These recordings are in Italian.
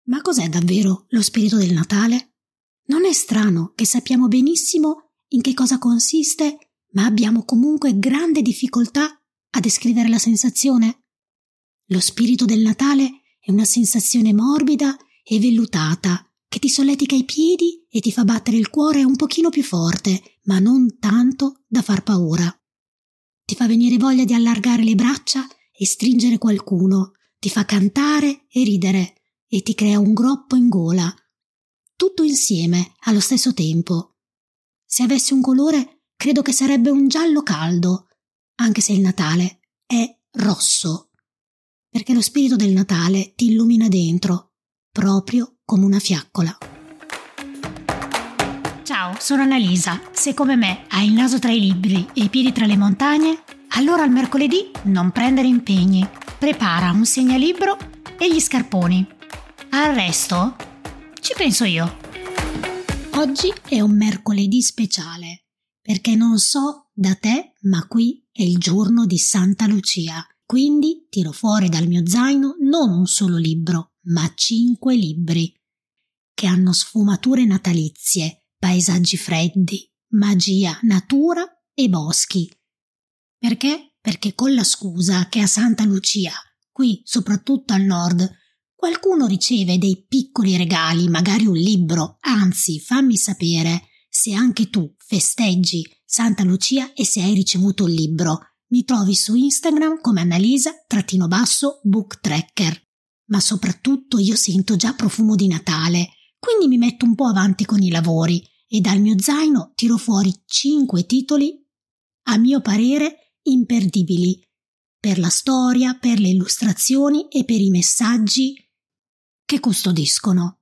Ma cos'è davvero lo spirito del Natale? Non è strano che sappiamo benissimo in che cosa consiste, ma abbiamo comunque grande difficoltà a descrivere la sensazione? Lo spirito del Natale è una sensazione morbida e vellutata che ti solletica i piedi e ti fa battere il cuore un pochino più forte, ma non tanto da far paura. Ti fa venire voglia di allargare le braccia e stringere qualcuno, ti fa cantare e ridere e ti crea un groppo in gola. Tutto insieme, allo stesso tempo. Se avessi un colore, credo che sarebbe un giallo caldo, anche se il Natale è rosso, perché lo spirito del Natale ti illumina dentro, proprio come una fiaccola. Ciao, sono Annalisa. Se come me hai il naso tra i libri e i piedi tra le montagne, allora il mercoledì non prendere impegni. Prepara un segnalibro e gli scarponi. Al resto ci penso io. Oggi è un mercoledì speciale, perché non so da te, ma qui è il giorno di Santa Lucia. Quindi tiro fuori dal mio zaino non un solo libro, ma 5 libri, che hanno sfumature natalizie, paesaggi freddi, magia, natura e boschi. Perché? Perché con la scusa che a Santa Lucia, qui soprattutto al nord, qualcuno riceve dei piccoli regali, magari un libro, anzi fammi sapere se anche tu festeggi Santa Lucia e se hai ricevuto un libro. Mi trovi su Instagram come Annalisa_booktracker. Ma soprattutto io sento già profumo di Natale, quindi mi metto un po' avanti con i lavori e dal mio zaino tiro fuori 5 titoli, a mio parere, imperdibili, per la storia, per le illustrazioni e per i messaggi che custodiscono.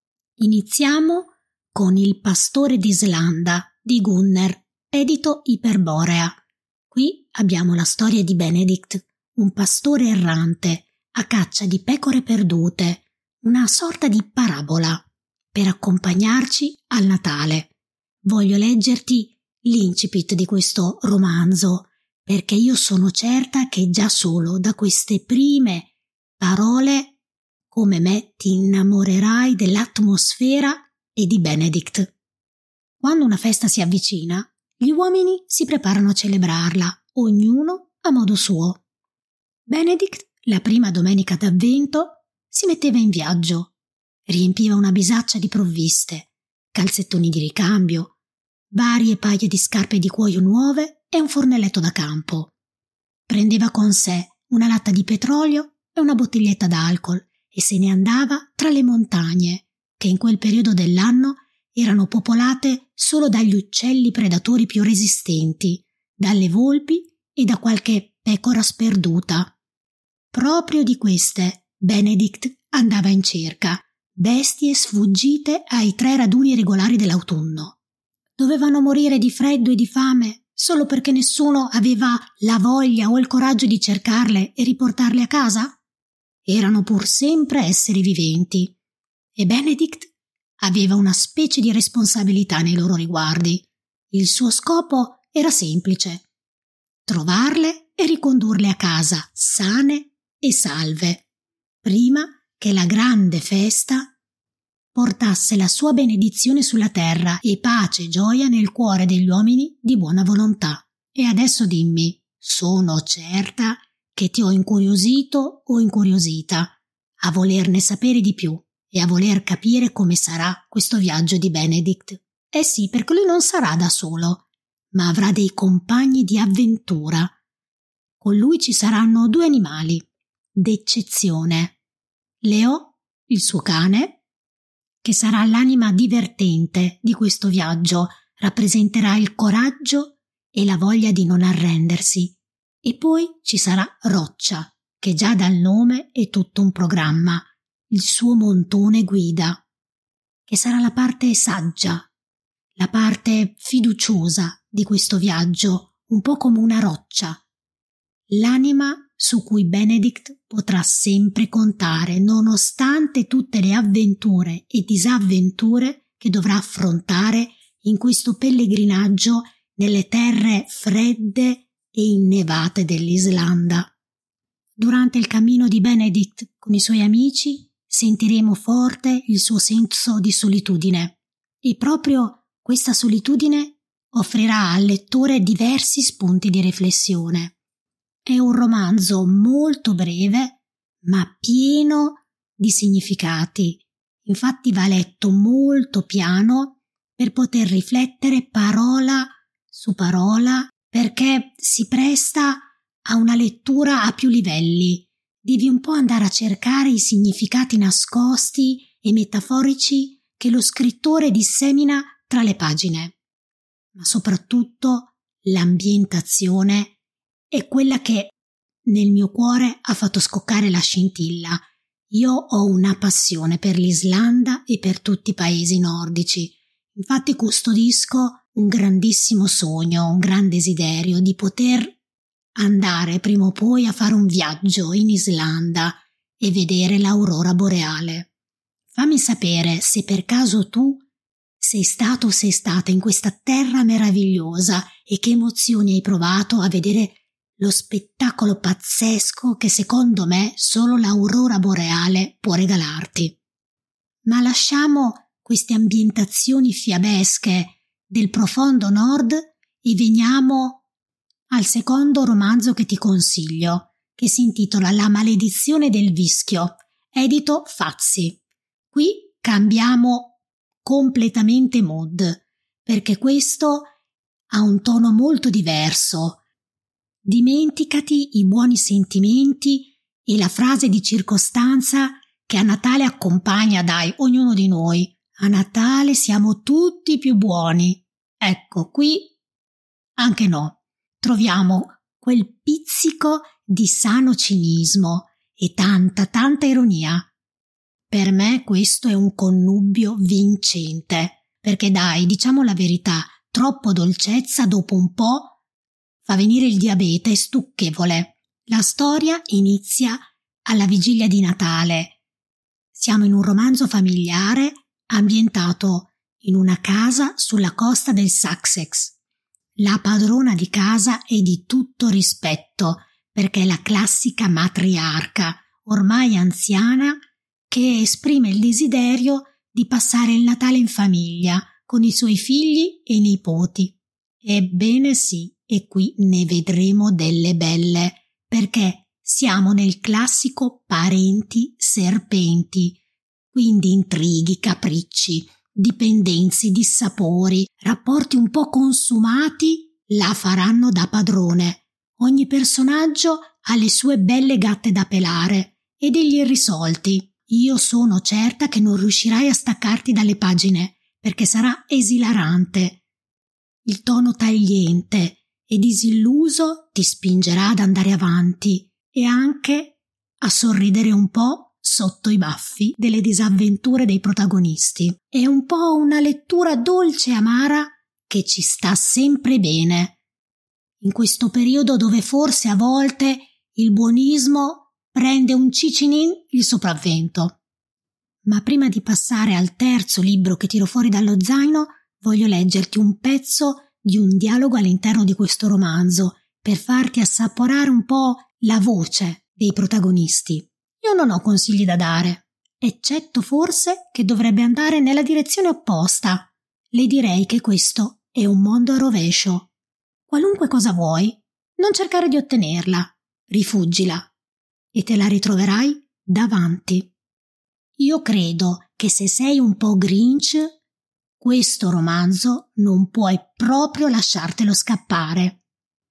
Iniziamo con Il pastore d'Islanda di Gunnar, edito Iperborea. Qui abbiamo la storia di Benedict, un pastore errante a caccia di pecore perdute, una sorta di parabola per accompagnarci al Natale. Voglio leggerti l'incipit di questo romanzo, perché io sono certa che già solo da queste prime parole, come me, ti innamorerai dell'atmosfera e di Benedict. Quando una festa si avvicina, gli uomini si preparano a celebrarla, ognuno a modo suo. Benedict, la prima domenica d'Avvento, si metteva in viaggio. Riempiva una bisaccia di provviste, calzettoni di ricambio, varie paia di scarpe di cuoio nuove e un fornelletto da campo. Prendeva con sé una latta di petrolio e una bottiglietta d'alcol e se ne andava tra le montagne, che in quel periodo dell'anno erano popolate solo dagli uccelli predatori più resistenti, dalle volpi e da qualche pecora sperduta. Proprio di queste Benedict andava in cerca, bestie sfuggite ai 3 raduni regolari dell'autunno. Dovevano morire di freddo e di fame solo perché nessuno aveva la voglia o il coraggio di cercarle e riportarle a casa? Erano pur sempre esseri viventi e Benedict aveva una specie di responsabilità nei loro riguardi. Il suo scopo era semplice: trovarle e ricondurle a casa sane e salve, prima che la grande festa portasse la sua benedizione sulla terra e pace e gioia nel cuore degli uomini di buona volontà. E adesso dimmi, sono certa che ti ho incuriosito o incuriosita a volerne sapere di più e a voler capire come sarà questo viaggio di Benedict. Eh sì, perché lui non sarà da solo, ma avrà dei compagni di avventura. Con lui ci saranno 2 animali d'eccezione. Leo, il suo cane, che sarà l'anima divertente di questo viaggio, rappresenterà il coraggio e la voglia di non arrendersi. E poi ci sarà Roccia, che già dal nome è tutto un programma, il suo montone guida, che sarà la parte saggia, la parte fiduciosa di questo viaggio, un po' come una roccia, l'anima su cui Benedict potrà sempre contare, nonostante tutte le avventure e disavventure che dovrà affrontare in questo pellegrinaggio nelle terre fredde e innevate dell'Islanda. Durante il cammino di Benedict con i suoi amici sentiremo forte il suo senso di solitudine e proprio questa solitudine offrirà al lettore diversi spunti di riflessione. È un romanzo molto breve ma pieno di significati, infatti va letto molto piano per poter riflettere parola su parola, perché si presta a una lettura a più livelli. Devi un po' andare a cercare i significati nascosti e metaforici che lo scrittore dissemina tra le pagine. Ma soprattutto l'ambientazione è quella che nel mio cuore ha fatto scoccare la scintilla. Io ho una passione per l'Islanda e per tutti i paesi nordici. Infatti custodisco un grandissimo sogno, un gran desiderio di poter andare prima o poi a fare un viaggio in Islanda e vedere l'aurora boreale. Fammi sapere se per caso tu sei stato o sei stata in questa terra meravigliosa e che emozioni hai provato a vedere lo spettacolo pazzesco che secondo me solo l'aurora boreale può regalarti. Ma lasciamo queste ambientazioni fiabesche del profondo nord e veniamo al secondo romanzo che ti consiglio, che si intitola La maledizione del vischio, edito Fazzi. Qui cambiamo completamente mood, perché questo ha un tono molto diverso. Dimenticati i buoni sentimenti e la frase di circostanza che a Natale accompagna, dai, ognuno di noi. A Natale siamo tutti più buoni. Ecco, qui anche no. Troviamo quel pizzico di sano cinismo e tanta ironia. Per me questo è un connubio vincente, perché dai, diciamo la verità, troppo dolcezza dopo un po' fa venire il diabete stucchevole. La storia inizia alla vigilia di Natale. Siamo in un romanzo familiare ambientato in una casa sulla costa del Sussex. La padrona di casa è di tutto rispetto, perché è la classica matriarca, ormai anziana, che esprime il desiderio di passare il Natale in famiglia con i suoi figli e i nipoti. Ebbene sì, e qui ne vedremo delle belle, perché siamo nel classico parenti serpenti, quindi intrighi, capricci, dipendenze, dissapori, rapporti un po' consumati la faranno da padrone. Ogni personaggio ha le sue belle gatte da pelare e degli irrisolti. Io sono certa che non riuscirai a staccarti dalle pagine, perché sarà esilarante. Il tono tagliente e disilluso ti spingerà ad andare avanti e anche a sorridere un po' sotto i baffi delle disavventure dei protagonisti. È un po' una lettura dolce e amara che ci sta sempre bene. In questo periodo dove forse a volte il buonismo prende un cicinin il sopravvento. Ma prima di passare al terzo libro che tiro fuori dallo zaino, voglio leggerti un pezzo di un dialogo all'interno di questo romanzo per farti assaporare un po' la voce dei protagonisti. Io non ho consigli da dare, eccetto forse che dovrebbe andare nella direzione opposta. Le direi che questo è un mondo a rovescio. Qualunque cosa vuoi, non cercare di ottenerla, rifuggila e te la ritroverai davanti. Io credo che se sei un po' Grinch, questo romanzo non puoi proprio lasciartelo scappare.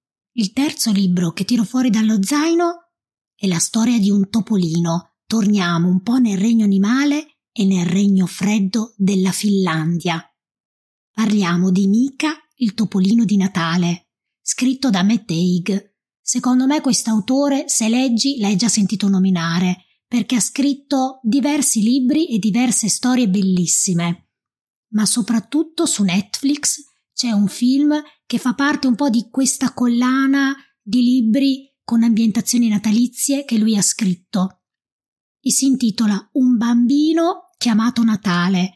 Il terzo libro che tiro fuori dallo zaino è la storia di un topolino. Torniamo un po' nel regno animale e nel regno freddo della Finlandia. Parliamo di Mika, il topolino di Natale, scritto da Matt Haig. Secondo me quest'autore, se leggi, l'hai già sentito nominare, perché ha scritto diversi libri e diverse storie bellissime. Ma soprattutto su Netflix c'è un film che fa parte un po' di questa collana di libri con ambientazioni natalizie che lui ha scritto. E si intitola Un bambino chiamato Natale.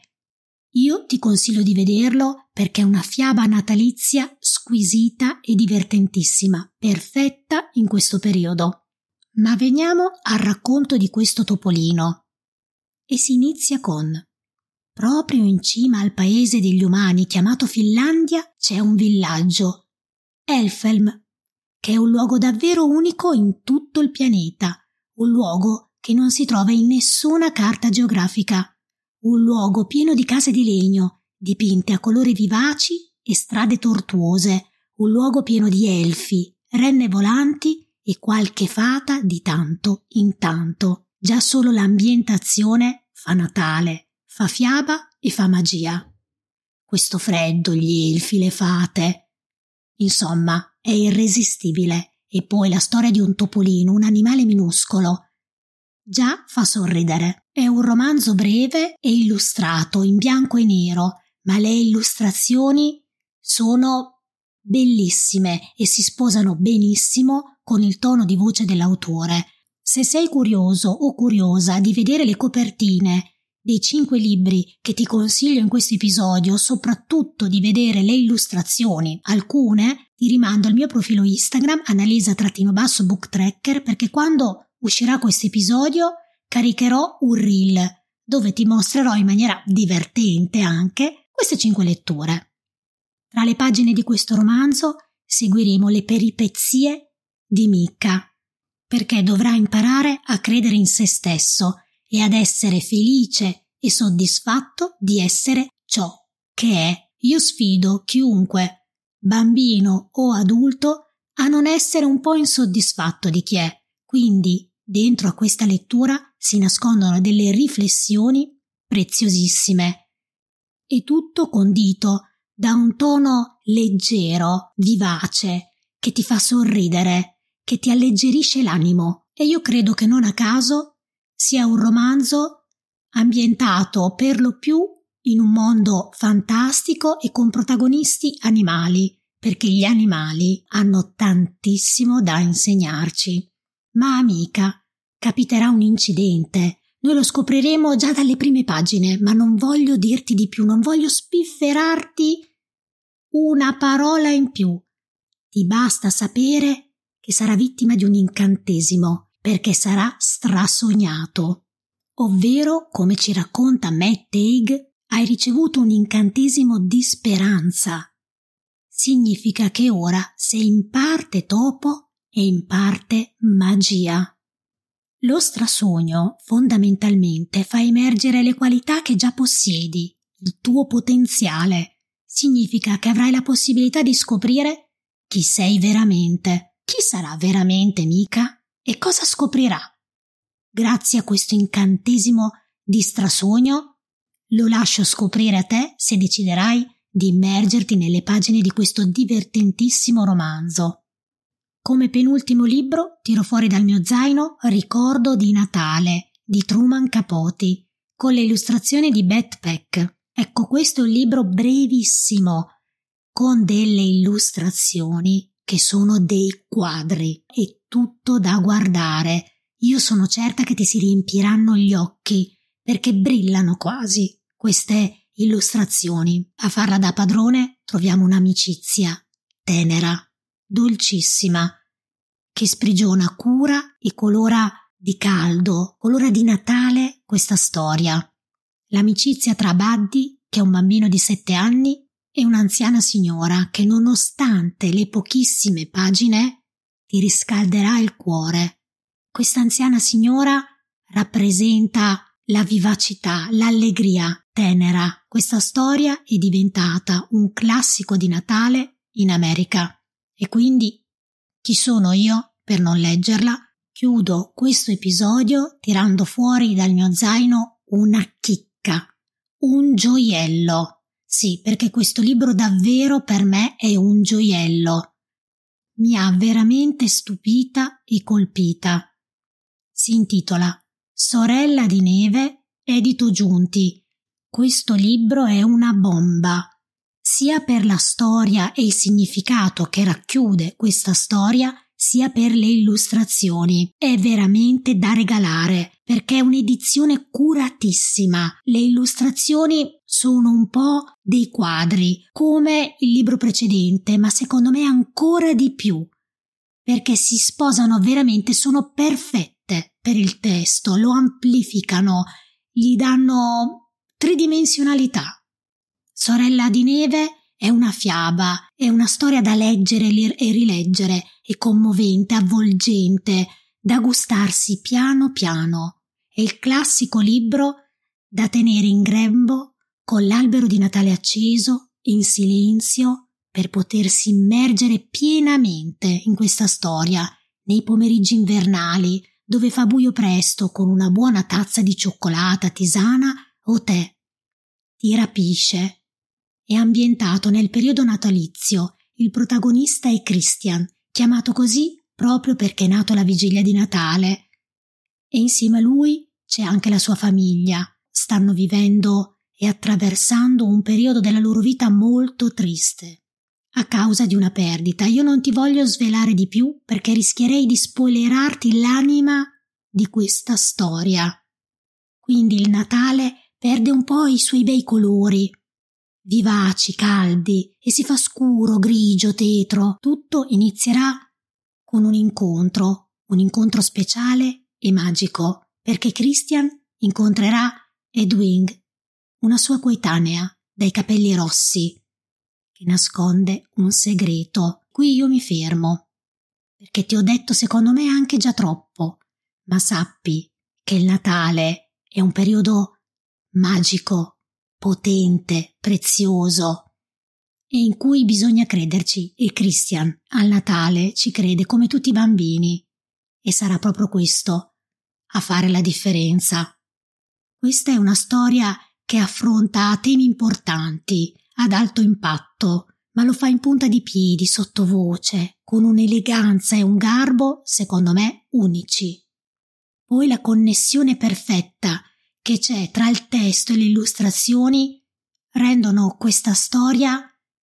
Io ti consiglio di vederlo perché è una fiaba natalizia squisita e divertentissima, perfetta in questo periodo. Ma veniamo al racconto di questo topolino. e si inizia con: proprio in cima al paese degli umani chiamato Finlandia c'è un villaggio, Elfhelm, che è un luogo davvero unico in tutto il pianeta, un luogo che non si trova in nessuna carta geografica, un luogo pieno di case di legno, dipinte a colori vivaci e strade tortuose, un luogo pieno di elfi, renne volanti e qualche fata di tanto in tanto. Già solo l'ambientazione fa Natale, fa fiaba e fa magia. Questo freddo, gli elfi, le fate. Insomma, è irresistibile. E poi la storia di un topolino, un animale minuscolo. Già fa sorridere. È un romanzo breve e illustrato in bianco e nero, ma le illustrazioni sono bellissime e si sposano benissimo con il tono di voce dell'autore. Se sei curioso o curiosa di vedere le copertine dei 5 libri che ti consiglio in questo episodio, soprattutto di vedere le illustrazioni, alcune, ti rimando al mio profilo Instagram Annalisa_booktracker, perché quando uscirà questo episodio caricherò un reel dove ti mostrerò in maniera divertente anche queste 5 letture. Tra le pagine di questo romanzo seguiremo le peripezie di Mika, perché dovrà imparare a credere in se stesso e ad essere felice e soddisfatto di essere ciò che è. Io sfido chiunque, bambino o adulto, a non essere un po' insoddisfatto di chi è. Quindi, dentro a questa lettura si nascondono delle riflessioni preziosissime. E tutto condito da un tono leggero, vivace, che ti fa sorridere, che ti alleggerisce l'animo. E io credo che non a caso sia un romanzo ambientato per lo più in un mondo fantastico e con protagonisti animali, perché gli animali hanno tantissimo da insegnarci. Ma amica, capiterà un incidente. Noi lo scopriremo già dalle prime pagine, ma non voglio dirti di più, non voglio spifferarti una parola in più. Ti basta sapere che sarà vittima di un incantesimo, perché sarà strasognato. Ovvero, come ci racconta Matt Haig, hai ricevuto un incantesimo di speranza. Significa che ora sei in parte topo e in parte magia. Lo strasogno fondamentalmente fa emergere le qualità che già possiedi, il tuo potenziale. Significa che avrai la possibilità di scoprire chi sei veramente. Chi sarà veramente Mika? E cosa scoprirà? Grazie a questo incantesimo di strasogno, lo lascio scoprire a te se deciderai di immergerti nelle pagine di questo divertentissimo romanzo. Come penultimo libro tiro fuori dal mio zaino Ricordo di Natale di Truman Capote con le illustrazioni di Beth Peck. Ecco, questo è un libro brevissimo con delle illustrazioni che sono dei quadri e tutto da guardare. Io sono certa che ti si riempiranno gli occhi perché brillano quasi queste illustrazioni. A farla da padrone troviamo un'amicizia tenera, dolcissima, che sprigiona cura e colora di caldo, colora di Natale questa storia. L'amicizia tra Buddy, che è un bambino di 7 anni, e un'anziana signora che, nonostante le pochissime pagine, ti riscalderà il cuore. Questa anziana signora rappresenta la vivacità, l'allegria tenera. Questa storia è diventata un classico di Natale in America. E quindi, chi sono io per non leggerla? Chiudo questo episodio tirando fuori dal mio zaino una chicca, un gioiello. Sì, perché questo libro davvero per me è un gioiello. Mi ha veramente stupita e colpita. Si intitola Sorella di neve, edito Giunti. Questo libro è una bomba, sia per la storia e il significato che racchiude questa storia, sia per le illustrazioni. È veramente da regalare, perché è un'edizione curatissima. Le illustrazioni sono un po' dei quadri, come il libro precedente, ma secondo me ancora di più, perché si sposano veramente, sono perfette per il testo, lo amplificano, gli danno tridimensionalità. Sorella di neve è una fiaba, è una storia da leggere e rileggere, è commovente, avvolgente, da gustarsi piano piano. È il classico libro da tenere in grembo con l'albero di Natale acceso, in silenzio, per potersi immergere pienamente in questa storia, nei pomeriggi invernali, dove fa buio presto, con una buona tazza di cioccolata, tisana o tè. Ti rapisce. È ambientato nel periodo natalizio. Il protagonista è Christian, chiamato così proprio perché è nato la vigilia di Natale. E insieme a lui c'è anche la sua famiglia. Stanno vivendo e attraversando un periodo della loro vita molto triste, a causa di una perdita. Io non ti voglio svelare di più perché rischierei di spoilerarti l'anima di questa storia. Quindi il Natale perde un po' i suoi bei colori, vivaci, caldi, e si fa scuro, grigio, tetro. Tutto inizierà con un incontro speciale e magico, perché Christian incontrerà Edwin, una sua coetanea dai capelli rossi, che nasconde un segreto. Qui io mi fermo, perché ti ho detto secondo me anche già troppo, ma sappi che il Natale è un periodo magico, potente, prezioso, e in cui bisogna crederci, e Christian al Natale ci crede come tutti i bambini, e sarà proprio questo a fare la differenza. Questa è una storia che affronta temi importanti, ad alto impatto, ma lo fa in punta di piedi, sottovoce, con un'eleganza e un garbo, secondo me, unici. Poi la connessione perfetta che c'è tra il testo e le illustrazioni rendono questa storia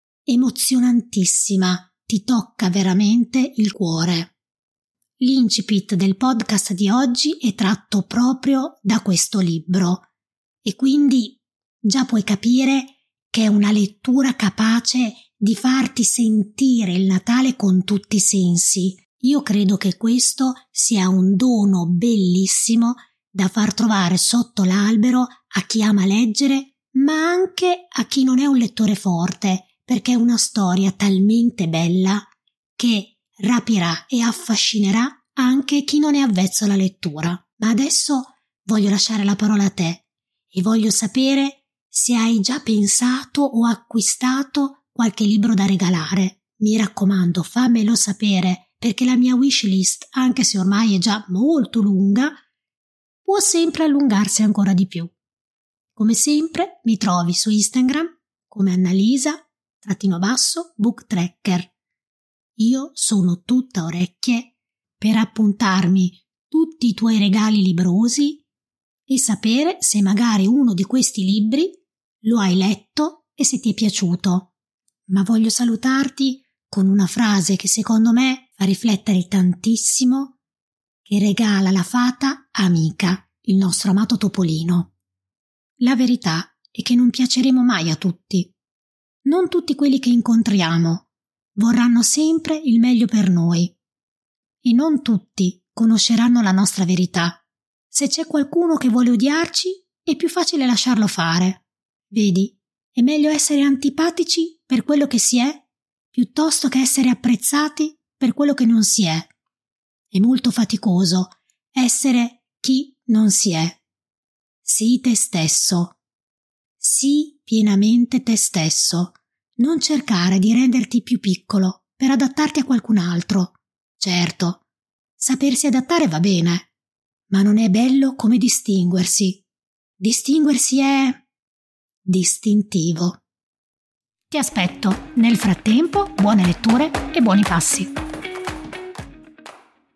emozionantissima, ti tocca veramente il cuore. L'incipit del podcast di oggi è tratto proprio da questo libro e quindi già puoi capire che è una lettura capace di farti sentire il Natale con tutti i sensi. Io credo che questo sia un dono bellissimo da far trovare sotto l'albero a chi ama leggere, ma anche a chi non è un lettore forte, perché è una storia talmente bella che rapirà e affascinerà anche chi non è avvezzo alla lettura. Ma adesso voglio lasciare la parola a te e voglio sapere se hai già pensato o acquistato qualche libro da regalare. Mi raccomando, fammelo sapere, perché la mia wishlist, anche se ormai è già molto lunga, può sempre allungarsi ancora di più. Come sempre mi trovi su Instagram come Annalisa_booktracker. Io sono tutta orecchie per appuntarmi tutti i tuoi regali librosi e sapere se magari uno di questi libri lo hai letto e se ti è piaciuto. Ma voglio salutarti con una frase che secondo me fa riflettere tantissimo, che regala la fata amica, il nostro amato Topolino. La verità è che non piaceremo mai a tutti. Non tutti quelli che incontriamo vorranno sempre il meglio per noi. E non tutti conosceranno la nostra verità. Se c'è qualcuno che vuole odiarci, è più facile lasciarlo fare. Vedi, è meglio essere antipatici per quello che si è, piuttosto che essere apprezzati per quello che non si è. È molto faticoso essere chi non si è. Sii te stesso. Sii pienamente te stesso. Non cercare di renderti più piccolo per adattarti a qualcun altro. Certo, sapersi adattare va bene, ma non è bello come distinguersi. Distinguersi è distintivo. Ti aspetto. Nel frattempo, buone letture e buoni passi.